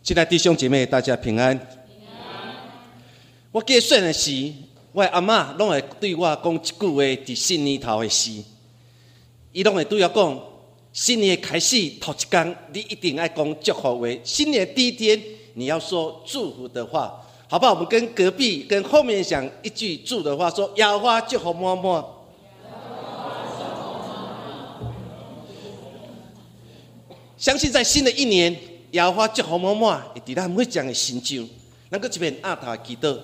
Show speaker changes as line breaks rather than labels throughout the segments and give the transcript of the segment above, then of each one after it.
亲爱的弟兄姐妹，大家平安。我记得细汉时，我的阿嬷拢会对我讲一句话，伫新年头的时，伊拢会对我讲：新年开始头一天，你一定要讲祝福话。新年第一天，你要说祝福的话，好不好？我们跟隔壁、跟后面讲一句祝的话，说：亚花祝福满满。相信在新的一年，亚花祝福满满，会伫咱每一个的心上。咱搁一遍额头祈祷。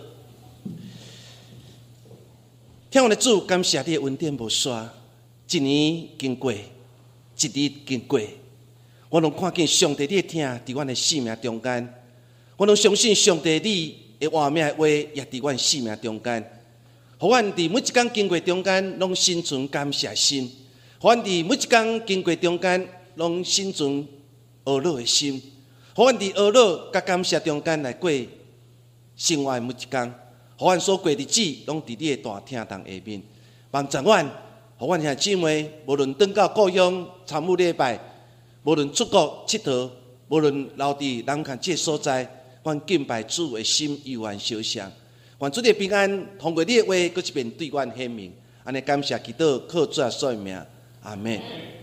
天父的主，感谢你的恩典无煞，一年经过，一日经过，我拢看见上帝你的疼伫阮的生命中间，我拢相信上帝你的活命的话也伫阮生命中间，互阮伫每一天经过中间，拢心存感谢心；互阮伫每一天经过中间，拢心存懊恼的心；互阮伫懊恼甲感谢中间来过生活的每一天。互阮所过日子，拢伫你的大厅堂下面，帮助阮，互阮兄姊妹，无论转到故乡参与礼拜，无论出国佚佗，无论留伫南崁这所在，阮敬拜主的心永远烧香。愿主的平安，通过你的话，搁一遍对阮显明。安尼感谢祈祷，靠主耶稣的名，阿们。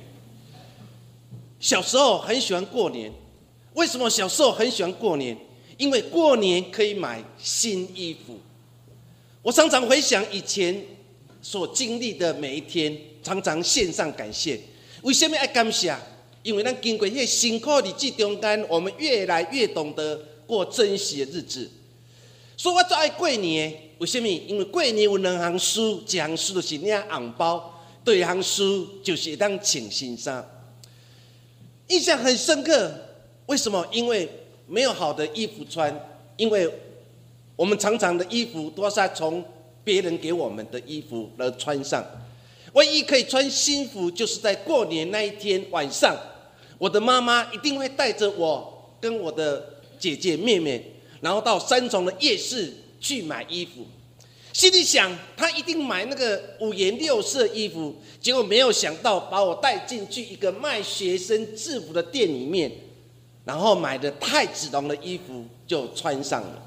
小时候很喜欢过年，为什么小时候很喜欢过年？因为过年可以买新衣服。我常常回想以前所经历的每一天，常常献上感谢。为什么要感谢？因为咱经过那辛苦日子中间，我们越来越懂得过珍惜的日子。所以我最爱过年，为什么？因为过年有两项事，一项事就是领红包，第二项事就是会当穿新衫。印象很深刻，为什么？因为没有好的衣服穿，因为我们常常的衣服都是从别人给我们的衣服而穿上，唯一可以穿新衣服，就是在过年那一天晚上，我的妈妈一定会带着我跟我的姐姐妹妹，然后到三重的夜市去买衣服。心里想，她一定买那个五颜六色衣服，结果没有想到把我带进去一个卖学生制服的店里面，然后买的太子龙的衣服就穿上了。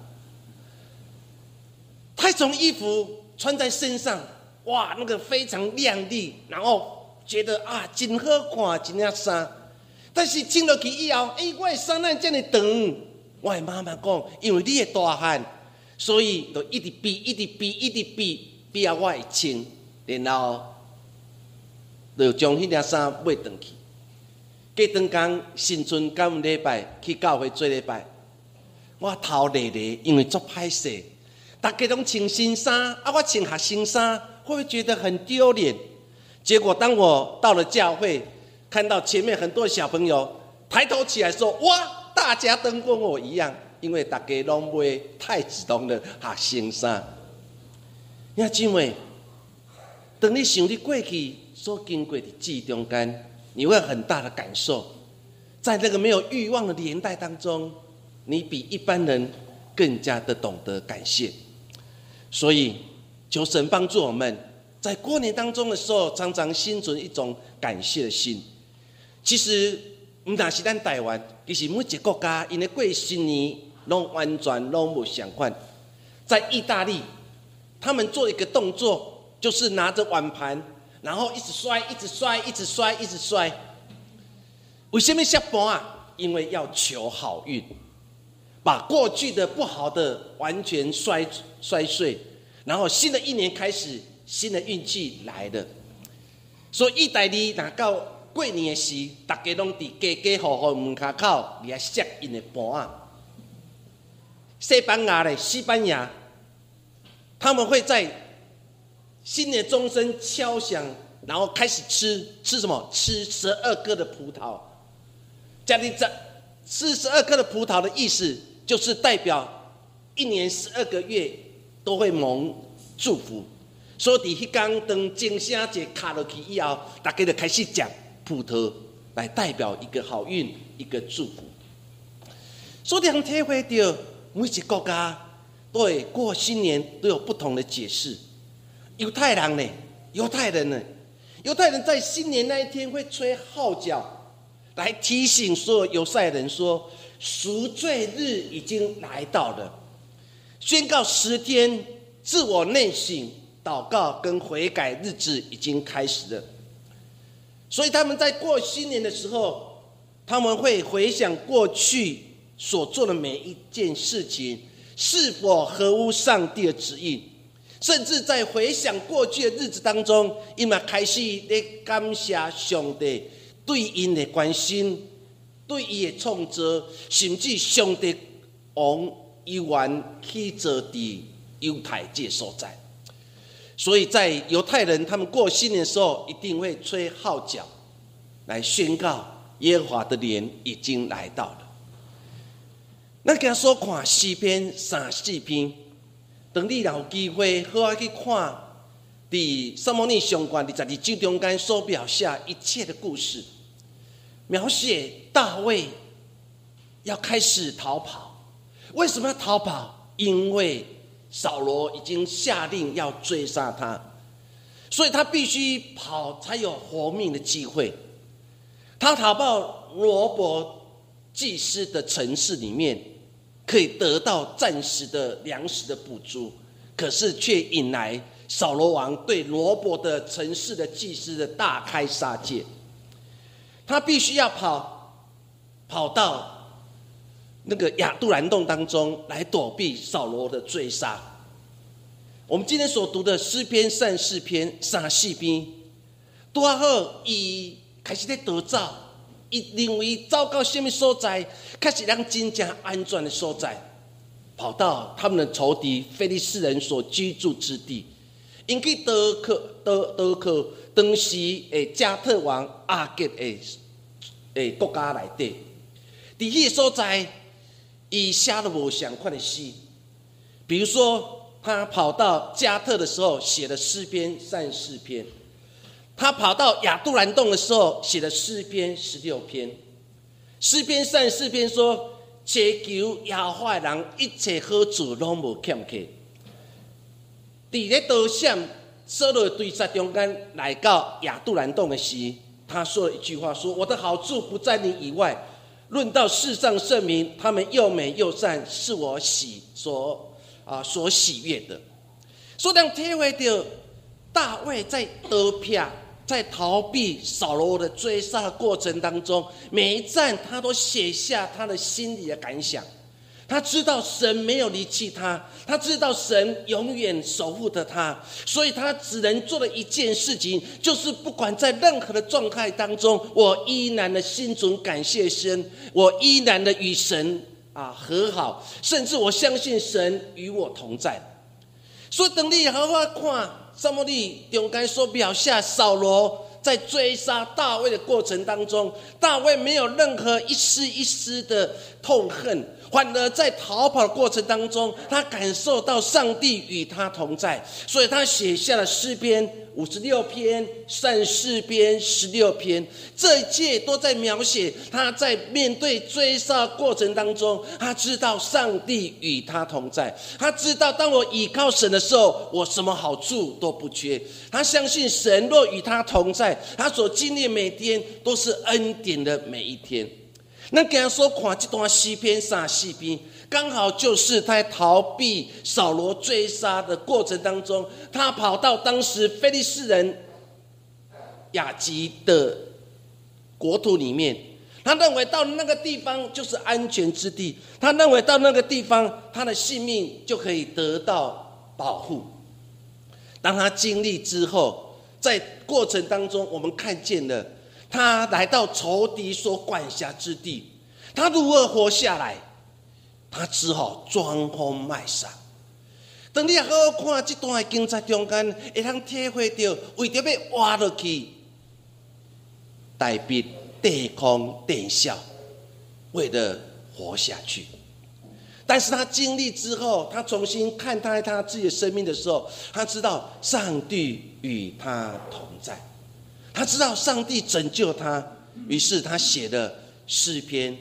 太子龙衣服穿在身上，哇，那个非常亮丽，然后觉得啊，真好看，真呀衫。但是穿落去以后，我的衫怎这么长？我的妈妈讲，因为你的大汉，所以就一直比，一直比，一直比，比啊我会穿，然后就将迄件衫买回去。过当天新春感恩礼拜去教会做礼拜，我头热热，因为足歹势。大家都穿新衫，我穿学生衫，会不会觉得很丢脸？结果当我到了教会，看到前面很多小朋友抬头起来说：“哇，大家都跟我一样，因为大家都买太子龙的学生衫。”兄姊妹，当你想你过去所经过的日子中间，你会有很大的感受，在那个没有欲望的年代当中，你比一般人更加的懂得感谢。所以求神帮助我们，在过年当中的时候，常常心存一种感谢的心。其实不只是咱台湾，其实每一个国家因为过新年都完全都不相款。在意大利，他们做一个动作，就是拿着碗盘，然后一直摔，一直摔，一直摔，一直摔。为什么下盘啊？因为要求好运，把过去的不好的完全摔碎，然后新的一年开始，新的运气来了。所以意大利若到过年的时，大家拢伫家家户户门口来摔因的盘啊。西班牙，他们会在新年钟声敲响，然后开始吃什么？吃12颗的葡萄。吃12颗的葡萄的意思，就是代表一年12个月都会蒙祝福。所以伫迄天当钟声一卡落去以后，大家就开始吃葡萄，来代表一个好运，一个祝福。所以能体会到每一个国家对过新年都有不同的解释。犹太人在新年那一天会吹号角，来提醒所有犹太人说， 赎罪日已经来到了，宣告10天自我内省、祷告跟悔改日子已经开始了。所以他们在过新年的时候，他们会回想过去所做的每一件事情是否合乎上帝的旨意，甚至在回想过去的日子当中，他们开始在感谢上帝对因的关心，对伊的创造，甚至上帝王依然去做伫犹太这个所在。所以在犹太人他们过新年的时候，一定会吹号角来宣告耶和华的年已经来到了。咱今所看诗篇34篇，当你有机会好好去看伫撒母耳上卷22章中间所描写一切的故事，描写大卫要开始逃跑。为什么要逃跑？因为扫罗已经下令要追杀他，所以他必须跑才有活命的机会。他逃到罗伯祭司的城市里面，可以得到暂时的粮食的补助，可是却引来扫罗王对罗伯的城市的祭司的大开杀戒。他必须要跑到那个亚杜兰洞当中来躲避扫罗的追杀。我们今天所读的诗篇34篇34篇，拄好伊开始在逃走，伊认为走到什么所在，开始让真正安全的所在，跑到他们的仇敌非利士人所居住之地，因去德克当时的加特王亚吉的国家内底，伫迄个所在，伊写了无相款的诗，比如说他跑到加特的时候写了诗篇34篇，他跑到亚杜兰洞的时候写了诗篇16篇。诗篇34篇说，祈求耶和华的人一切好处拢无欠缺。伫咧刀闪扫罗的对杀中间来到亚杜兰洞的时，他说了一句话，说：我的好处不在你以外，论到世上圣民，他们又美又善，是我所喜悦的。所以让体会到大卫在得撇，在逃避扫罗的追杀的过程当中，每一站他都写下他的心里的感想。他知道神没有离弃他，他知道神永远守护着他，所以他只能做的一件事情，就是不管在任何的状态当中，我依然的心存感谢神，我依然的与神和好，甚至我相信神与我同在。所以等你好好看撒母耳中间所描写扫罗在追杀大卫的过程当中，大卫没有任何一丝一丝的痛恨，反而在逃跑的过程当中，他感受到上帝与他同在，所以他写下了诗篇56篇、34篇、16篇，这一切都在描写他在面对追杀过程当中，他知道上帝与他同在，他知道当我倚靠神的时候，我什么好处都不缺。他相信神若与他同在，他所经历的每天都是恩典的每一天。那今天所看这段诗篇34篇，刚好就是他逃避扫罗追杀的过程当中，他跑到当时非利士人亚吉的国土里面，他认为到那个地方就是安全之地，他认为到那个地方他的性命就可以得到保护。当他经历之后，在过程当中我们看见了他来到仇敌所管辖之地，他如何活下来？他只好装疯卖傻。当你好好看这段经在中间，会通体会到为着要活落去，大必地空地笑，为了活下去。但是他经历之后，他重新看待他自己的生命的时候，他知道上帝与他同在，他知道上帝拯救他，于是他写了诗篇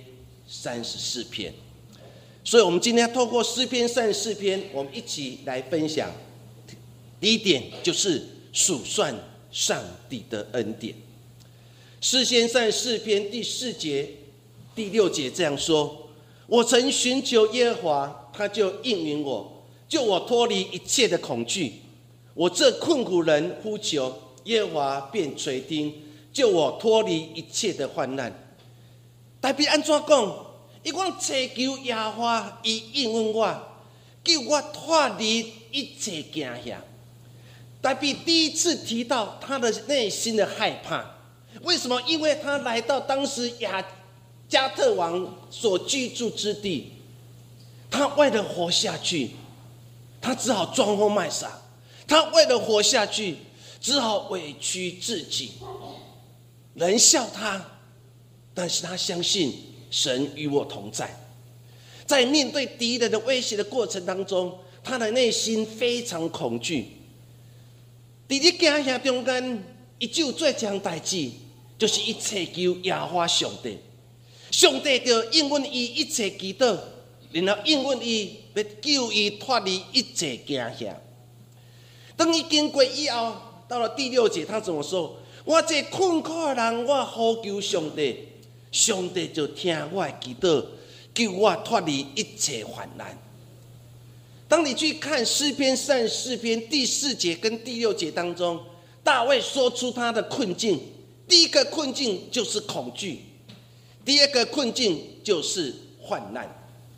34篇。所以我们今天透过诗篇34篇，我们一起来分享。第一点就是数算上帝的恩典。诗篇34篇第4节、第6节这样说： 我曾寻求耶和华，他就应允我，救我脱离一切的恐惧。我这困苦人呼求耶和华，便垂听，救我脱离一切的患难。大卫安怎讲？伊讲祈求耶和华，伊应允我，救我脱离一切惊吓。大卫第一次提到他的内心的害怕，为什么？因为他来到当时亚加特王所居住之地，他为了活下去，他只好装疯卖傻。他为了活下去，只好委屈自己。人笑他，但是他相信神与我同在。在面对敌人的威胁的过程当中，他的内心非常恐惧。在这惊吓中间，他只有做一件代志，就是他祈求耶和华上帝，上帝就应允他一切祈祷，然后应允他，要救他脱离一切惊吓。当他经过以后，到了第6节，他怎么说？我这困苦的人，我呼求上帝，上帝就听我的祈祷，救我脱离一切患难。当你去看诗篇34篇第4节跟第6节当中，大卫说出他的困境。第一个困境就是恐惧，第二个困境就是患难。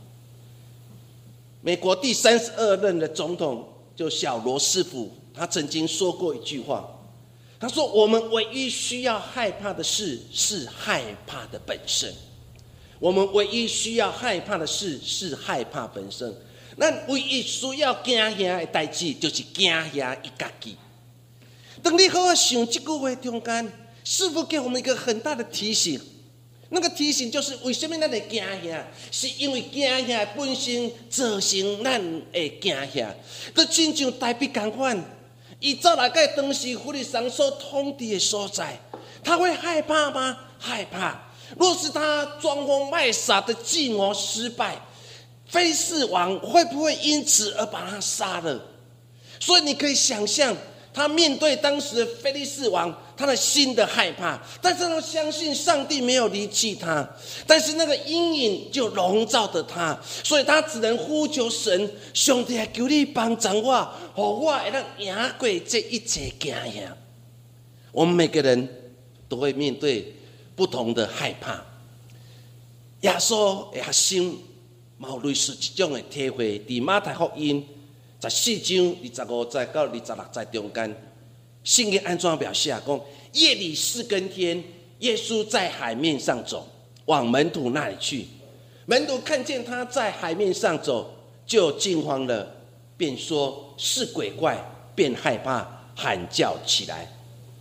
美国第32任的总统就小罗斯福，他曾经说过一句话，他说：我们唯一需要害怕的事是害怕的本身。我们唯一需要害怕的事是害怕本身。咱唯一需要惊吓的代志，就是惊吓伊家己。当你好好想这句话中间，师父给我们一个很大的提醒。那个提醒就是，为什么咱会惊吓？是因为惊吓本身造成咱的惊吓。就亲像大卫同款，伊走来到当时弗利桑所统治的所在，他会害怕吗？害怕。若是他装疯卖傻的计谋失败，非士王会不会因此而把他杀了？所以你可以想象，他面对当时的非利士王，他的心的害怕，但是他相信上帝没有离弃他，但是那个阴影就笼罩着他，所以他只能呼求神，上帝求你帮助我，让我会让赢过这一切惊吓。我们每个人都会面对不同的害怕，耶稣的核心也有类似这种的体会。在马太福音14章25节到26节中间，圣经安怎描写？讲夜里4更天，耶稣在海面上走，往门徒那里去。门徒看见他在海面上走，就惊慌了，便说是鬼怪，便害怕，喊叫起来。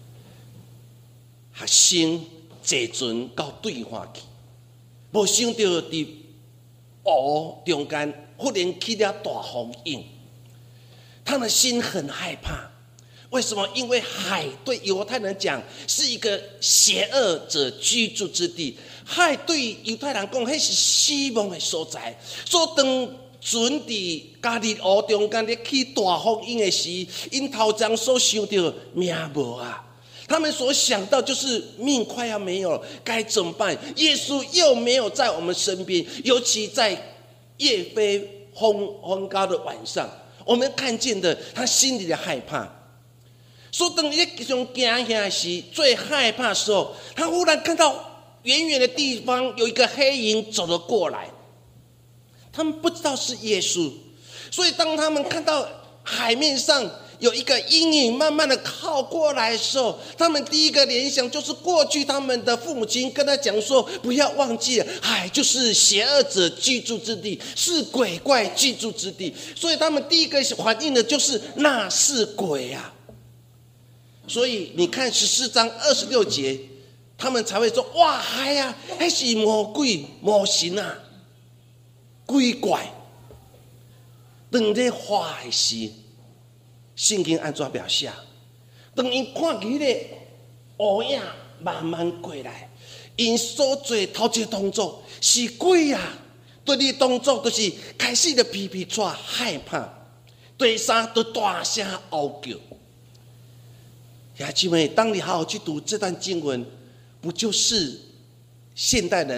学生坐船到对岸去，无想到伫湖中间忽然起了大风影，他的心很害怕。为什么？因为海对犹太人讲是一个邪恶者居住之地，海对犹太人讲那是死亡的所在。所以当船伫加利湖中间咧起大风影的时，因头前所想到命无啊。他们所想到就是命快要没有了，该怎么办？耶稣又没有在我们身边，尤其在夜飞风高的晚上，我们看见的他心里的害怕。所以当你这种惊吓时，最害怕的时候，他忽然看到远远的地方有一个黑影走了过来，他们不知道是耶稣，所以当他们看到海面上有一个阴影慢慢的靠过来的时候，他们第一个联想就是过去他们的父母亲跟他讲说，不要忘记了，海就是邪恶者居住之地，是鬼怪居住之地。所以他们第一个反应的就是那是鬼啊。所以你看14章26节，他们才会说，哇，海啊，那是魔鬼魔神啊，鬼怪。当在话的时，圣经安怎表写？当因看见咧乌影慢慢过来，因所做头一个动作是鬼啊！对你动作就是开始的皮皮喘害怕，第三就大声嗷叫。兄弟们，当你好好去读这段经文，不就是现代人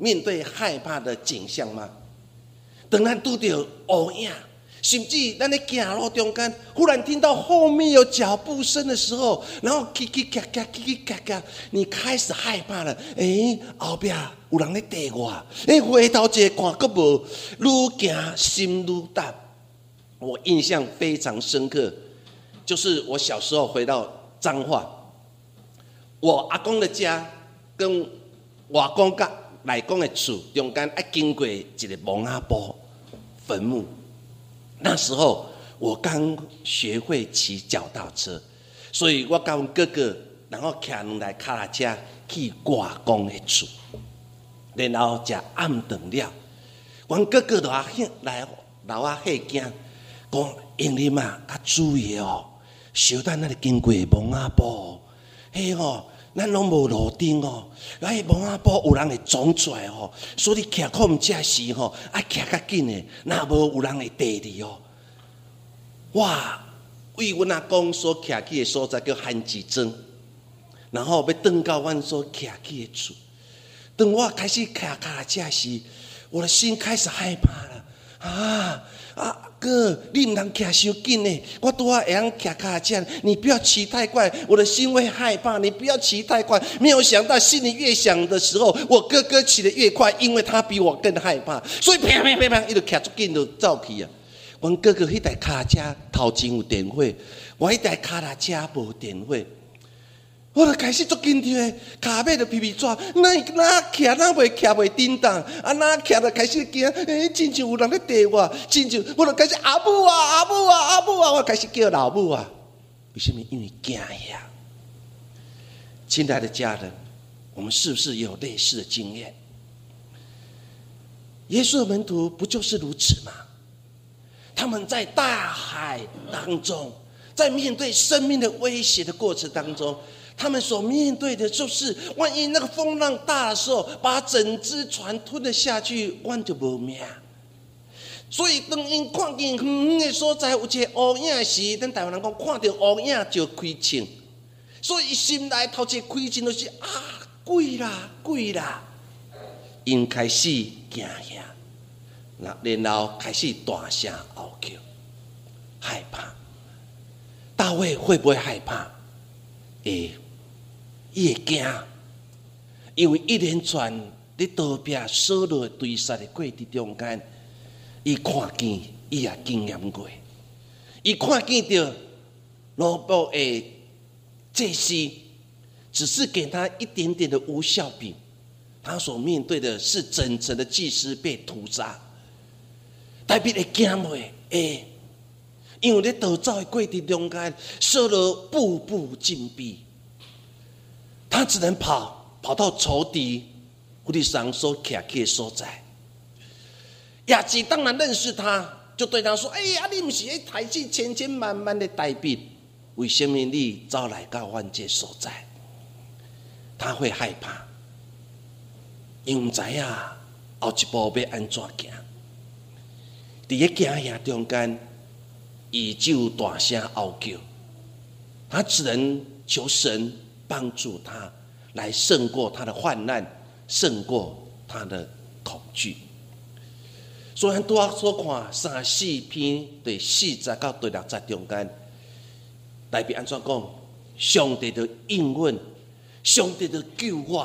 面对害怕的景象吗？当咱拄到乌影，甚至咱在走路中间，忽然听到后面有脚步声的时候，然后叽叽嘎嘎，叽叽嘎嘎，你开始害怕了。后边有人在追我，回头一看，阁无，愈行心愈淡。我印象非常深刻，就是我小时候回到彰化，我阿公的家跟我阿公甲内公的厝中间，要经过一个蒙阿波坟墓。那时候我刚学会骑脚踏车，所以我跟我哥哥，然后骑两台脚踏车去我阿公的厝，然后食暗顿了。阮哥哥就来老我吓惊，讲英林啊，较注意哦，小等咱经过蒙阿波，咱拢无路灯哦，蒙阿波有人会撞出来哦，所以你骑可唔正时爱骑较紧的，那无有人会逮你哦。哇！为阮阿公所骑去的所在叫番薯庄，然后要转到阮所骑去的厝。当我开始骑脚踏车时，我的心开始害怕了。哥，你唔通骑伤紧呢，我拄啊会晓骑脚踏车，你不要骑太快，我的心会害怕。你不要骑太快。没有想到，心里越想的时候，我哥哥骑得越快，因为他比我更害怕，所以啪啪啪啪，伊就骑足紧就走去啊。阮哥哥迄台脚踏车头前有电火，我迄台脚踏车无电火。我就开始足紧张的，脚尾就皮皮抓，哪骑哪袂骑袂叮当，哪骑就开始惊，真像有人咧追我，真像我就开始阿母啊阿母啊阿母啊，我开始叫老母啊。为什么？因为惊呀。亲爱的家人，我们是不是也有类似的经验？耶稣的门徒不就是如此吗？他们在大海当中，在面对生命的威胁的过程当中，他们所面对的就是，万一那个风浪大的时候，把整只船吞了下去，我就无命。所以当因看见远的所在有一个乌影时，咱台湾人讲看到乌影就开枪，所以心内头一开枪就是鬼啦鬼啦，因开始惊吓。然后开始大声嗷叫，害怕。大卫会不会害怕？他会惊，因为一连串在刀柄扫落堆杀的过程中间，他看见，他也经验过，他看见到罗伯的这些，只是给他一点点的无效饼，他所面对的是整层的祭司被屠杀。代表会惊袂？因为在逃走的过程中间，扫罗步步紧逼，他只能跑到仇敌弗利商所徛起的所在。亚基当然认识他，就对他说：“你不是在抬起千千万万的大兵，为什么你走来到阮这所在？”他会害怕，因为不知影后一步要安怎行。在那惊吓中间，他就大声嗷叫，他只能求神帮助他，来胜过他的患难，胜过他的恐惧。所以咱拄仔所看34篇第40到第60中间，代表安怎讲？上帝就应允，上帝就救我。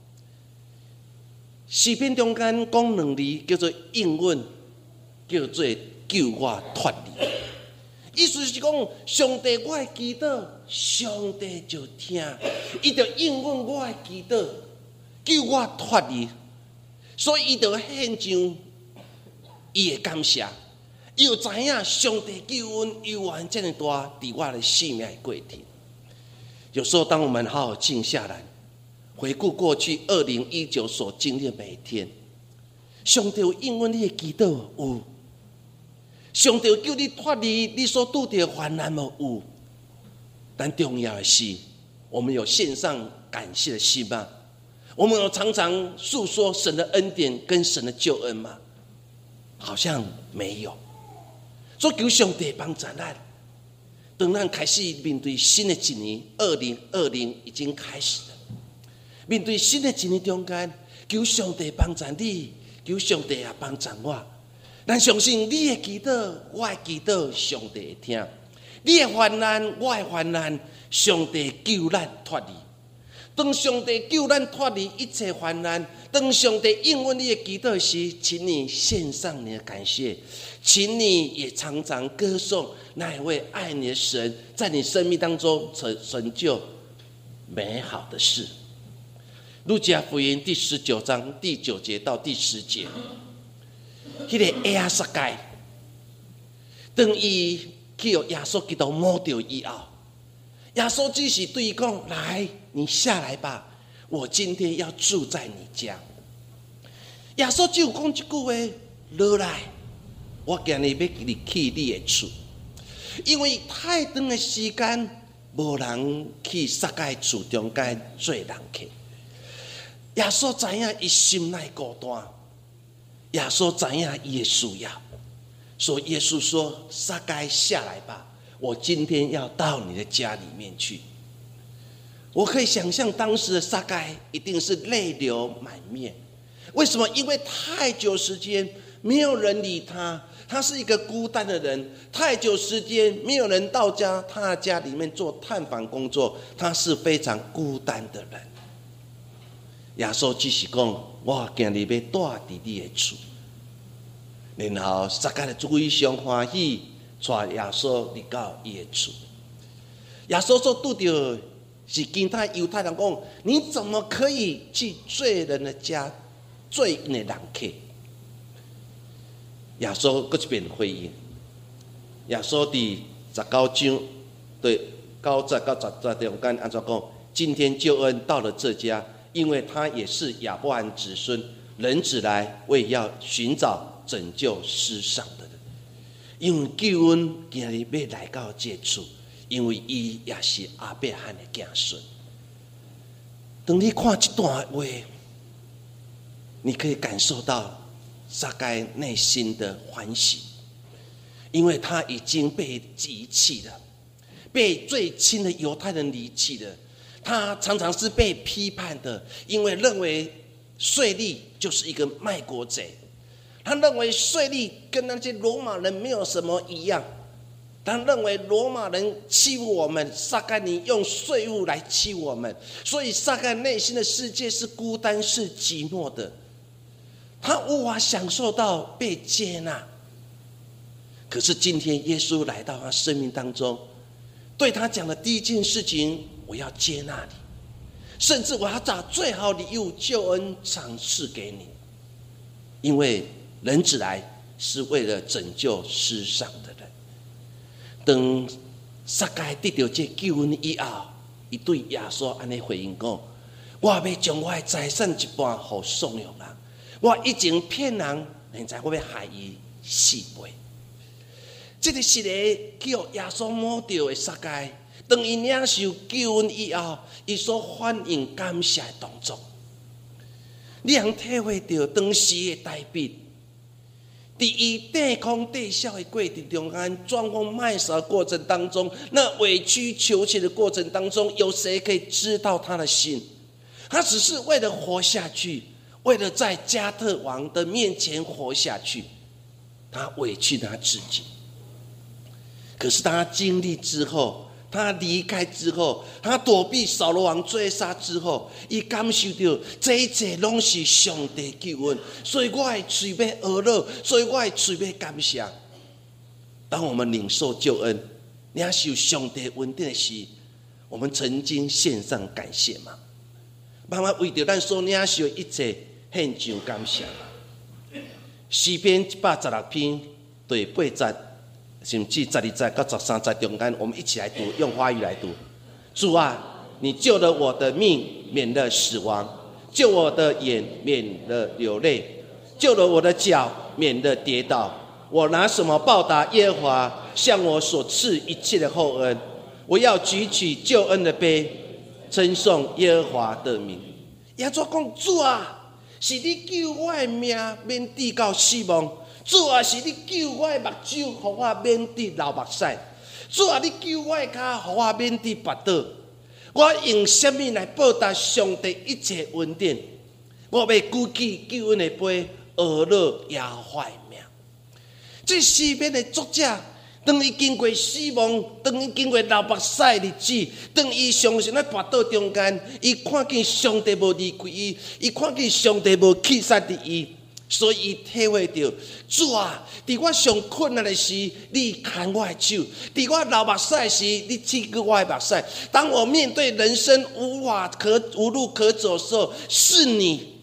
诗篇中间讲两字，叫做应允。叫做救我脱离，意思是讲，上帝我的祈祷，上帝就听，伊就应允我的祈祷，救我脱离，所以伊就献上伊的感谢，伊就知影上帝救恩有完这么大，在我的生命的过程。有时候，当我们好好静下来，回顾过去2019所经历的每一天，上帝有应允你的祈祷有。上帝叫你脱离你所拄到的患难有，但重要的是，我们有献上感谢的心吗？我们有常常诉说神的恩典跟神的救恩吗？好像没有。所以求上帝帮助咱，当咱开始面对新的一年，2020已经开始了。面对新的一年中间， 求上帝帮助你，求上帝也帮助我。咱相信你的祈祷，我的祈祷，上帝会听。你的患难，我的患难，上帝救咱脱离。当上帝救咱脱离一切患难，当上帝应允你的祈祷时，请你献上你的感谢，请你也常常歌颂那一位爱你的神，在你生命当中成就美好的事。路加福音第19章第9节到第10节，那个亚撒该，当伊去由耶稣基督摸到以后，耶稣只是对他讲：“来，你下来吧，我今天要住在你家。”耶稣只有讲一句话：“落来，我今日要你去你的厝。”因为太长的时间，无人去撒该厝中间做人客。耶稣知影伊心内孤单，耶稣知影伊的需要，所以耶稣说：“撒该下来吧，我今天要到你的家里面去。”我可以想象当时的撒该一定是泪流满面。为什么？因为太久时间没有人理他，他是一个孤单的人。太久时间没有人到他的家里面做探访工作，他是非常孤单的人。耶稣只是讲：“我今日要住在你的厝。”然后撒该就非常欢喜，带耶稣入到伊的厝。耶稣所拄到是其他犹太人讲：“你怎么可以去罪人的家做因的人客？”耶稣搁一遍回应。耶稣伫19章对9节到10节中间安怎讲？今天救恩到了这家，因为他也是亚伯兰子孙，人子来为要寻找拯救世上的人。因为救恩今日要来到这处，因为伊也是亚伯罕的子孙。当你看这段话，你可以感受到撒该内心的欢喜，因为他已经被遗弃了，被最亲的犹太人离弃了。他常常是被批判的，因为认为税吏就是一个卖国贼。他认为税吏跟那些罗马人没有什么一样。他认为罗马人欺负我们，撒该你用税务来欺我们，所以撒该内心的世界是孤单、是寂寞的。他无法享受到被接纳。可是今天耶稣来到他生命当中，对他讲的第一件事情：我要接纳你，甚至我要把最好的礼物救恩赏赐给你，因为人子来是为了拯救世上的人。当撒该得到这救恩以后，他对耶稣这样回应讲：“我要将我的财产一半给送养人，我以前骗人，现在我要害伊4倍。”这个是个叫耶稣摸到的撒该。当伊领受救恩以后，伊所反应感谢的动作，你能体会到当时的大笔，在伊抵抗抵消的过程中间，装疯卖傻的过程当中，那委曲求全的过程当中，有谁可以知道他的心？他只是为了活下去，为了在加特王的面前活下去，他委屈他自己。可是当他经历之后，他离开之后，他躲避扫罗王追杀之后，他感受到这一切都是上帝救恩，所以我的嘴要学乐，所以我的嘴要感谢。当我们领受救恩、领受上帝恩典的时，我们曾经献上感谢吗？慢慢为着咱所领受一切献上感谢。诗篇116篇第8节。甚至12节到13节中间，我们一起来读，用华语来读。主啊，你救了我的命，免了死亡；救我的眼，免了流泪；救了我的脚，免了跌倒。我拿什么报答耶和华向我所赐一切的厚恩？我要举起救恩的杯，称颂耶和华的名。耶稣讲：主啊，是你救我的命，免抵到死亡。主啊，是你救我的目睭，让我免得流目屎；主啊，你救我的脚，让我免得跌倒。我用什么来报答上帝一切恩典？ 我要举起救恩的杯，俄勒耶和华的名。这诗篇的作者，当伊经过死亡，当伊经过流目屎的日子，当伊相信在跋倒中间，伊看见上帝无离开伊，伊看见上帝无弃杀伫伊，所以伊体会到主啊，伫我上困难的时，你牵我的手；伫我流目屎的时，你拭去我的目屎。当我面对人生无路可走的时候，是你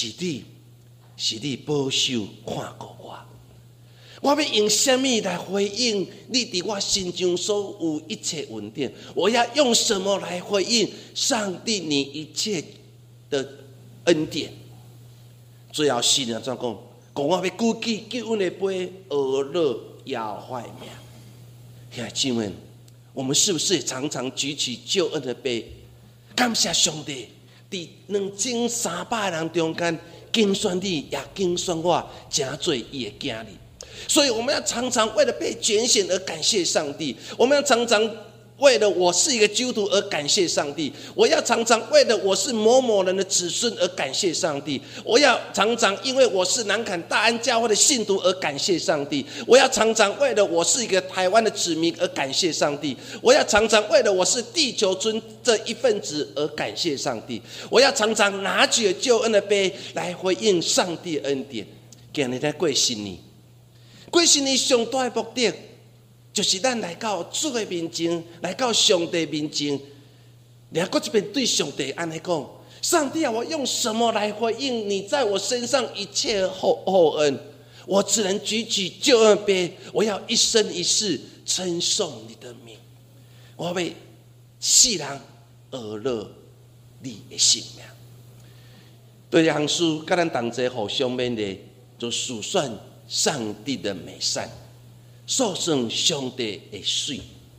保守看顾我。我要用什么来回应你伫我心中所有一切稳定？我要用什么来回应上帝你一切的恩典？最后诗人怎讲？讲我要举起救恩的杯，俄勒耶和华的名。兄弟姐妹，我们是不是常常举起救恩的杯，感谢上帝？伫2300人中间，拣选你，也拣选我，成做伊的囝儿。所以我们要常常为了被拣选而感谢上帝，我们要常常为了我是一个基督徒而感谢上帝，我要常常为了我是某某人的子孙而感谢上帝，我要常常因为我是南崁大安教会的信徒而感谢上帝，我要常常为了我是一个台湾的子民而感谢上帝，我要常常为了我是地球村这一份子而感谢上帝，我要常常拿起救恩的杯来回应上帝的恩典。今日在过新年，过新年上大的目的，就是咱来到主的面前，来到上帝面前，然后一边对上帝安尼讲：上帝啊，我用什么来回应你在我身上一切厚恩？我只能举起救恩杯，我要一生一世称颂你的名。我要世人俄勒你的性命。对行书，跟咱同齐互相勉励，就数算上帝的美善，数算上帝的水。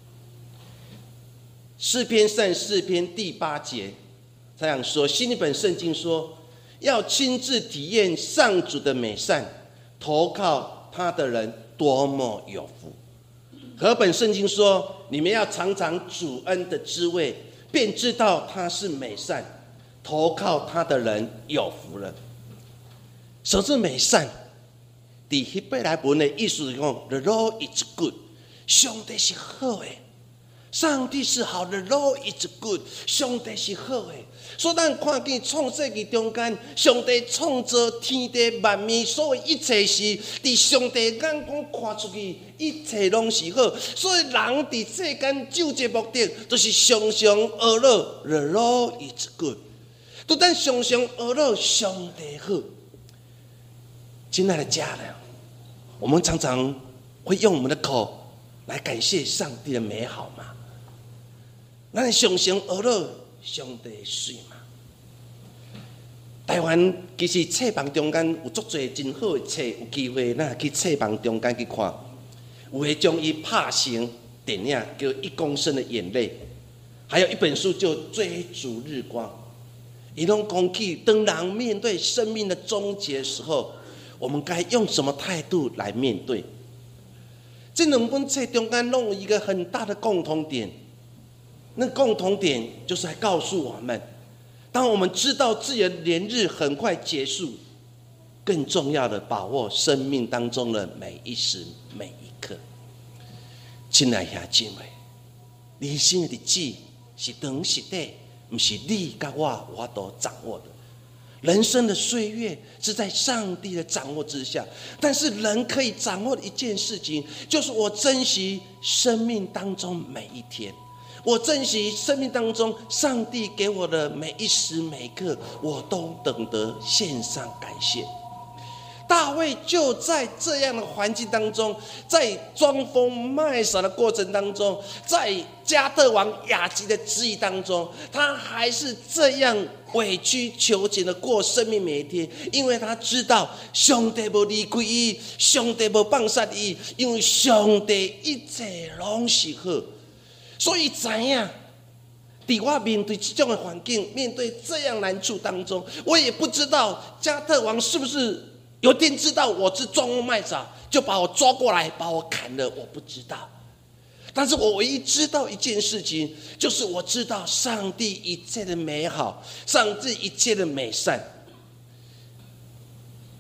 诗篇34篇第8节这样说：新译本圣经说，要亲自体验上主的美善，投靠他的人多么有福。和本圣经说，你们要尝尝主恩的滋味，便知道他是美善，投靠他的人有福了。什么是美善？在希伯来文的意思是讲 ，The Lord is good， 上帝是好的，上帝是好的 ，Lord is good， 上帝是好的。所以咱看见创世纪中间，上帝创造天地万物，所有一切是伫上帝眼光看出去，一切拢是好。所以人伫世间就这目的，就是常常学乐 ，The Lord is good。都咱常常学乐上帝好。亲爱的家人，我们常常会用我们的口来感谢上帝的美好吗？咱常常学乐上帝的水嘛？台湾其实册房中间有足多真好的册，有机会咱去册房中间去看，有的将伊拍成电影，叫《1公升的眼泪》，还有一本书叫《追逐日光》。伊拢讲起，当人面对生命的终结的时候，我们该用什么态度来面对？这两本册中间弄了一个很大的共同点，那共同点就是来告诉我们，当我们知道自己的年日很快结束，更重要的把握生命当中的每一时每一刻。亲爱的兄弟姐妹，人生的日子是长是短，不是你跟我都掌握的。人生的岁月是在上帝的掌握之下，但是人可以掌握的一件事情，就是我珍惜生命当中每一天，我珍惜生命当中上帝给我的每一时每一刻，我都懂得献上感谢。大卫就在这样的环境当中，在装疯卖傻的过程当中，在加特王亚吉的质疑当中，他还是这样委曲求全的过生命每一天，因为他知道上帝不离开他，上帝不放下他，因为上帝一切拢是好。所以知道在我面对这种的环境，面对这样难处当中，我也不知道加特王是不是有天知道我是装疯卖傻，就把我抓过来把我砍了，我不知道。但是我唯一知道一件事情，就是我知道上帝一切的美好，上帝一切的美善。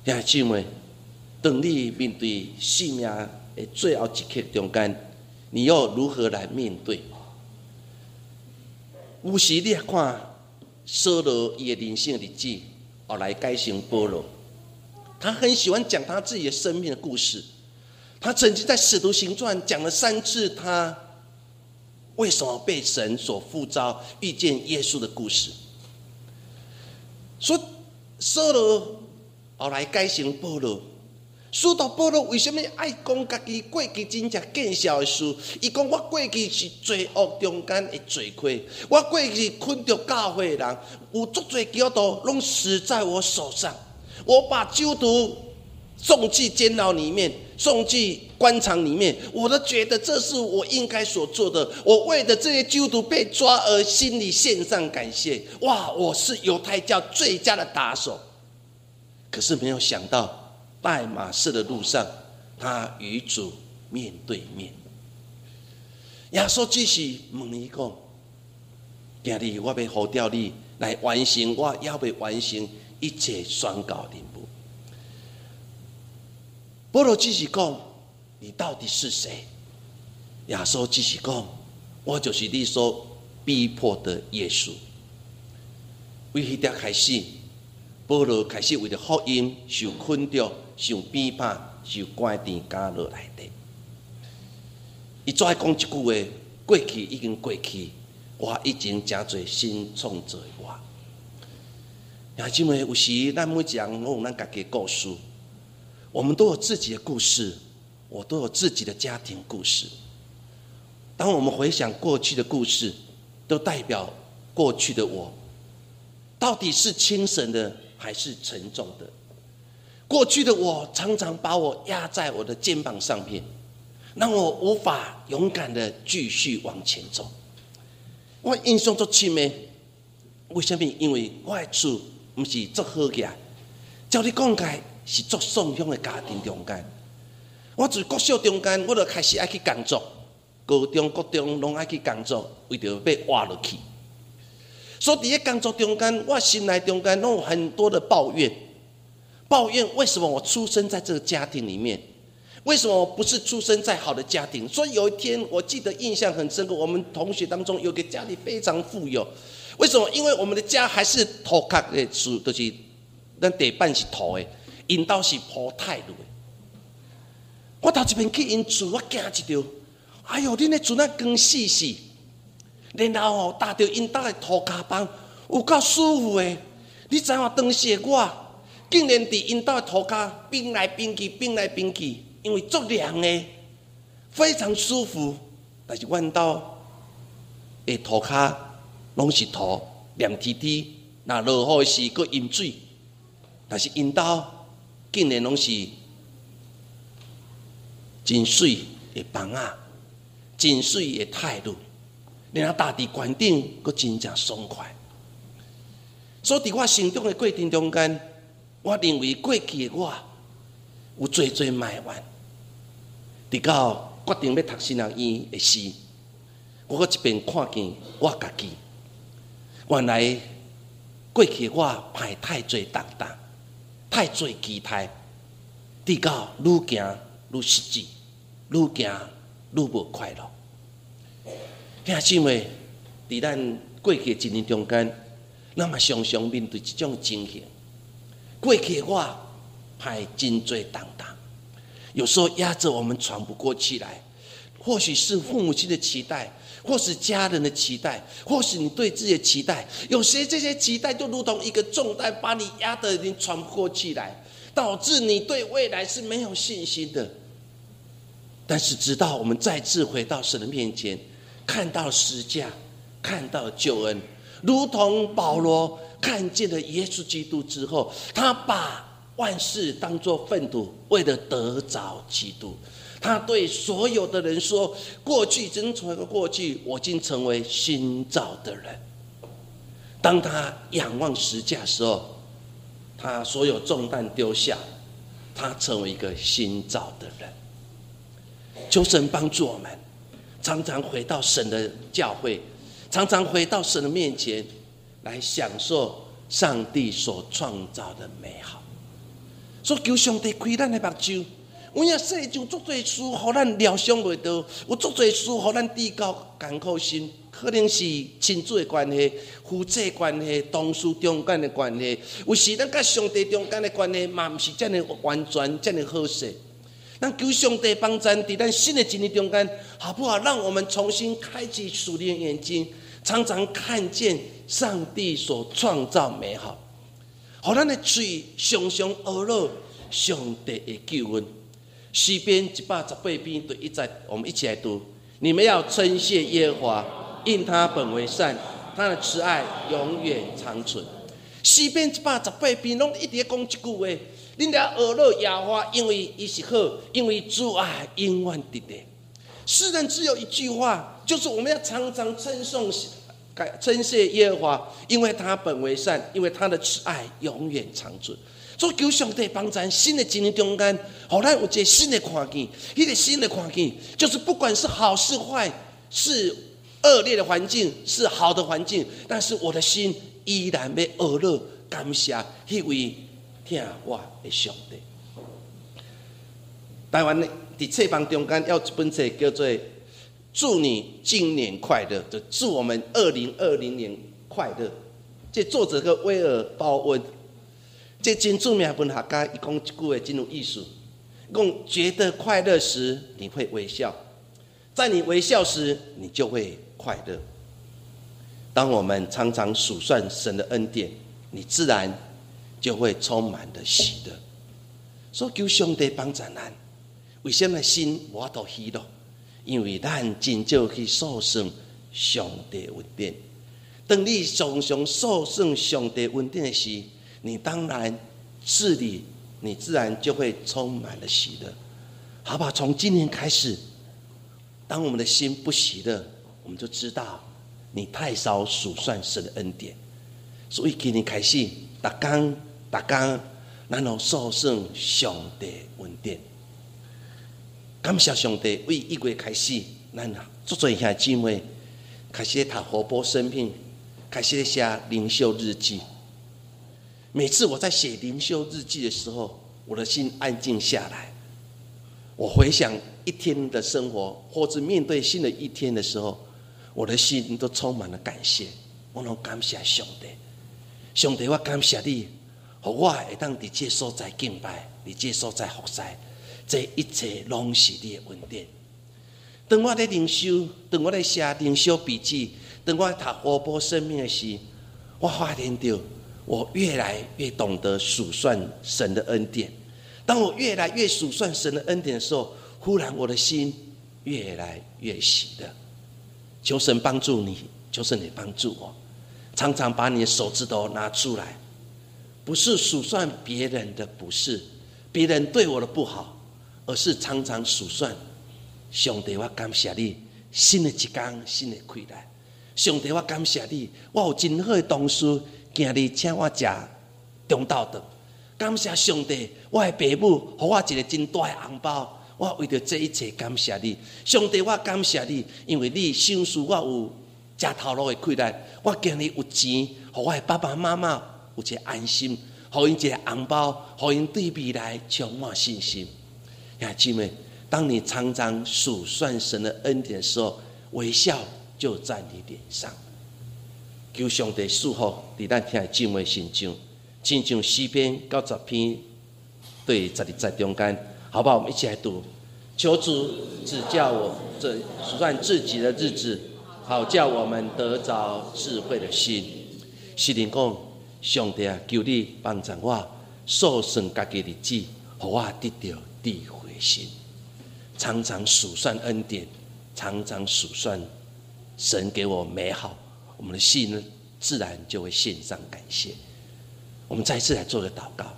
兄弟姊妹，当你面对生命的最后一刻中间，你又如何来面对？有时你看扫罗伊的人生日记，后来改成保罗，他很喜欢讲他自己的生命的故事。他曾经在《使徒行传》讲了3次他为什么被神所呼召遇见耶稣的故事。说扫罗后来改成保罗，使徒保罗为什么爱讲家己过去真正见效的事？伊讲我过去是罪恶中间的罪魁，我过去困着教会的人，有足多基督徒拢死在我手上。我把基督徒送进监牢里面，送进官场里面，我都觉得这是我应该所做的。我为了这些基督徒被抓而心里献上感谢。哇，我是犹太教最佳的打手。可是没有想到，代马士的路上，他与主面对面。耶稣只是问伊讲：今日我要呼召你来完成我要未完成一切宣告任务。保罗只是讲：你到底是谁？耶稣只是讲：我就是你所逼迫的耶稣。为迄点开始，保罗开始为了福音受困着、受逼迫、受关在监牢内底。伊再讲一句话：过去已经过去，我已经真侪新创造的我。兄弟姊妹，有时咱每一个人拢有咱家己的故事，我们都有自己的故事，我都有自己的家庭故事。当我们回想过去的故事，都代表过去的我，到底是轻省的还是沉重的？过去的我常常把我压在我的肩膀上面，让我无法勇敢的继续往前走。我印象足深的，为什么？因为我的厝不是足好起来，照你讲起来是足爽享的家庭中间。我自国小中间，我就开始爱去工作，高中、国中拢爱去工作，为着被挖落去。所以在工作中间，我心内中间拢有很多的抱怨。抱怨为什么我出生在这个家庭里面？为什么我不是出生在好的家庭？所以有一天，我记得印象很深刻，我们同学当中有个家里非常富有。为什么？因为我们的家还是土壳的厝，就是咱地板是土的，因兜是铺泰路的。我头一遍去因厝，我惊一跳，哎呦，恁的厝那光死死，然后搭着因兜的土卡板，有够舒服的。你知影当时的我，竟然伫因兜的土卡冰来冰去，冰来冰去，因为足凉的，非常舒服。但是阮兜的土卡拢是土，黏滴滴，那落雨时佫淹水。但是因兜竟然拢是真水的房仔，真水的态度，然后大地环境佫真正爽快。所以伫我成长的过程中间，我认为过去的我有最埋怨。直到决定要读神学院的时，我佫一遍看见我家己，原来过去的我派太多重担，太多期待，直到愈行愈实际，愈行愈无快乐。兄弟姊妹，伫咱过去的一年中间，咱嘛常常面对这种情形。过去的我派真多重担，有时候压着我们喘不过气来。或许是父母亲的期待，或是家人的期待，或是你对自己的期待。有些这些期待就如同一个重担，把你压得你喘不过气来，导致你对未来是没有信心的。但是直到我们再次回到神的面前，看到十架，看到救恩，如同保罗看见了耶稣基督之后，他把万事当作粪土，为了得着基督。他对所有的人说：过去已经成为过去，我已经成为新造的人。当他仰望十架的时候，他所有重担丢下，他成为一个新造的人。求神帮助我们，常常回到神的教会，常常回到神的面前，来享受上帝所创造的美好。 所以求上帝开咱的目睭。有影世上足多事，互咱料想袂到；有足多事，互咱低高艰苦心。可能是亲子的关系、夫妻关系、同事中间的关系，有时咱甲上帝中间的关系，嘛毋是遮尔完全、遮尔好势。咱求上帝帮咱，伫咱新的一年中间，好不好？让我们重新开启属灵的眼睛，常常看见上帝所创造美好。互咱的嘴常常学乐上帝的救恩。诗篇118篇对1节，我们一起来读：你们要称谢耶和华，因他本为善，他的慈爱永远长存。诗篇118篇拢一直讲一句话：恁俩学乐耶和华，因为伊是好，因为主爱永远伫地。诗人只有一句话，就是我们要常常称谢耶和华，因为他本为善，因为他的慈爱永远长存。所以求上帝帮咱新的一年中间，互咱有一个新的看见。迄个新的看见，就是不管是好是坏，是恶劣的环境，是好的环境，但是我的心依然要学乐感谢迄位听我的上帝。台湾伫册房中间有一本册叫做《祝你今年快乐》，就祝我们2020年快乐。这作者叫威尔鲍温。这真著名的文学家，伊讲一句话真有意思，讲觉得快乐时你会微笑，在你微笑时你就会快乐。当我们常常数算神的恩典，你自然就会充满了喜乐。所以求上帝帮助咱，为什么心无法度喜乐？因为咱真少去数算上帝恩典。当你常常数算上帝恩典的时，你当然你自然就会充满了喜乐，好不好？从今年开始，当我们的心不喜乐，我们就知道你太少数算神的恩典。所以今年开始，每天，咱要数算上帝恩典。感谢上帝，为1月开始，咱足多兄弟姊妹开始读活泼生命，开始写灵修日记。每次我在写灵修日记的时候，我的心安静下来，我回想一天的生活，或者面对新的一天的时候，我的心都充满了感谢。我拢感谢上帝，上帝，我感谢你，让我会当伫这所在敬拜，伫这所在服侍，这一切拢是你的恩典。当我在灵修，当我在写灵修笔记，当我读活泼生命的时，我发现到我越来越懂得数算神的恩典。当我越来越数算神的恩典的时候，忽然我的心越来越喜乐。求神帮助你，求神也帮助我，常常把你的手指头拿出来，不是数算别人的不是，别人对我的不好，而是常常数算上帝，我感谢你，新的一天，新的开来。上帝，我感谢你，我有真好的同事，今日请我吃中昼顿。感谢上帝，我的父母给我一个真大的红包，我为着这一切感谢你。上帝，我感谢你，因为你赏赐我有吃头路的开来，我今日有钱，给我的爸爸妈妈有一个安心，给因一个红包，给因对未来充满信心。兄弟姊妹，当你常常数算神的恩典的时候，微笑就在你脸上。求上帝赐福在咱兄弟姊妹心中，亲像诗篇90篇对12节中间，好不好？我们一起来读：求主指教我这数算自己的日子，好叫我们得着智慧的心。诗人讲：上帝啊，求你帮助我数算家己的日子，让我得到智慧的心。常常数算恩典，常常数算神给我美好，我们的心呢，自然就会献上感谢。我们再次来做个祷告。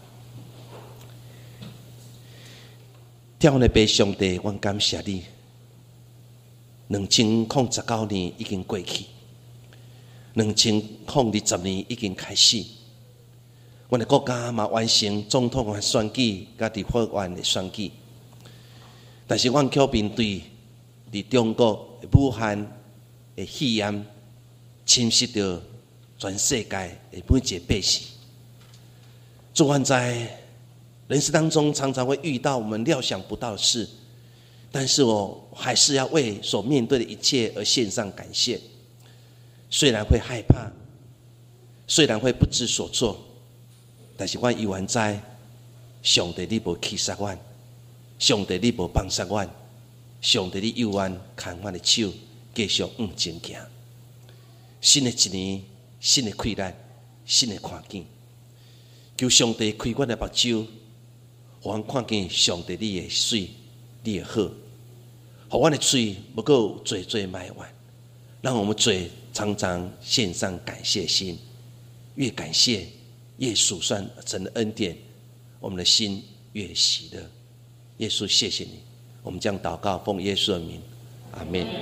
天父的爸上帝，我感谢你。2009年已经过去，2020年已经开始。我们的国家嘛完成总统的选举，甲立法院的选举。但是，我们却面对伫中国的武汉的肺炎，侵蚀着全世界的每一个百姓。主，我知人生当中常常会遇到我们料想不到的事，但是我还是要为所面对的一切而献上感谢。虽然会害怕，虽然会不知所措，但是我依然知上帝你无弃杀我，上帝你无放杀我，上帝你佑我牵我的手，继续往前行。新的一年，新的开展，新的看见，求上帝开我的目睭，互我看见上帝你的水，你的好，互我的嘴不够嘴嘴埋怨，让我们嘴常常献上感谢心，越感谢越数算神的恩典，我们的心越喜乐。耶稣，谢谢你，我们将祷告奉耶稣的名，阿们。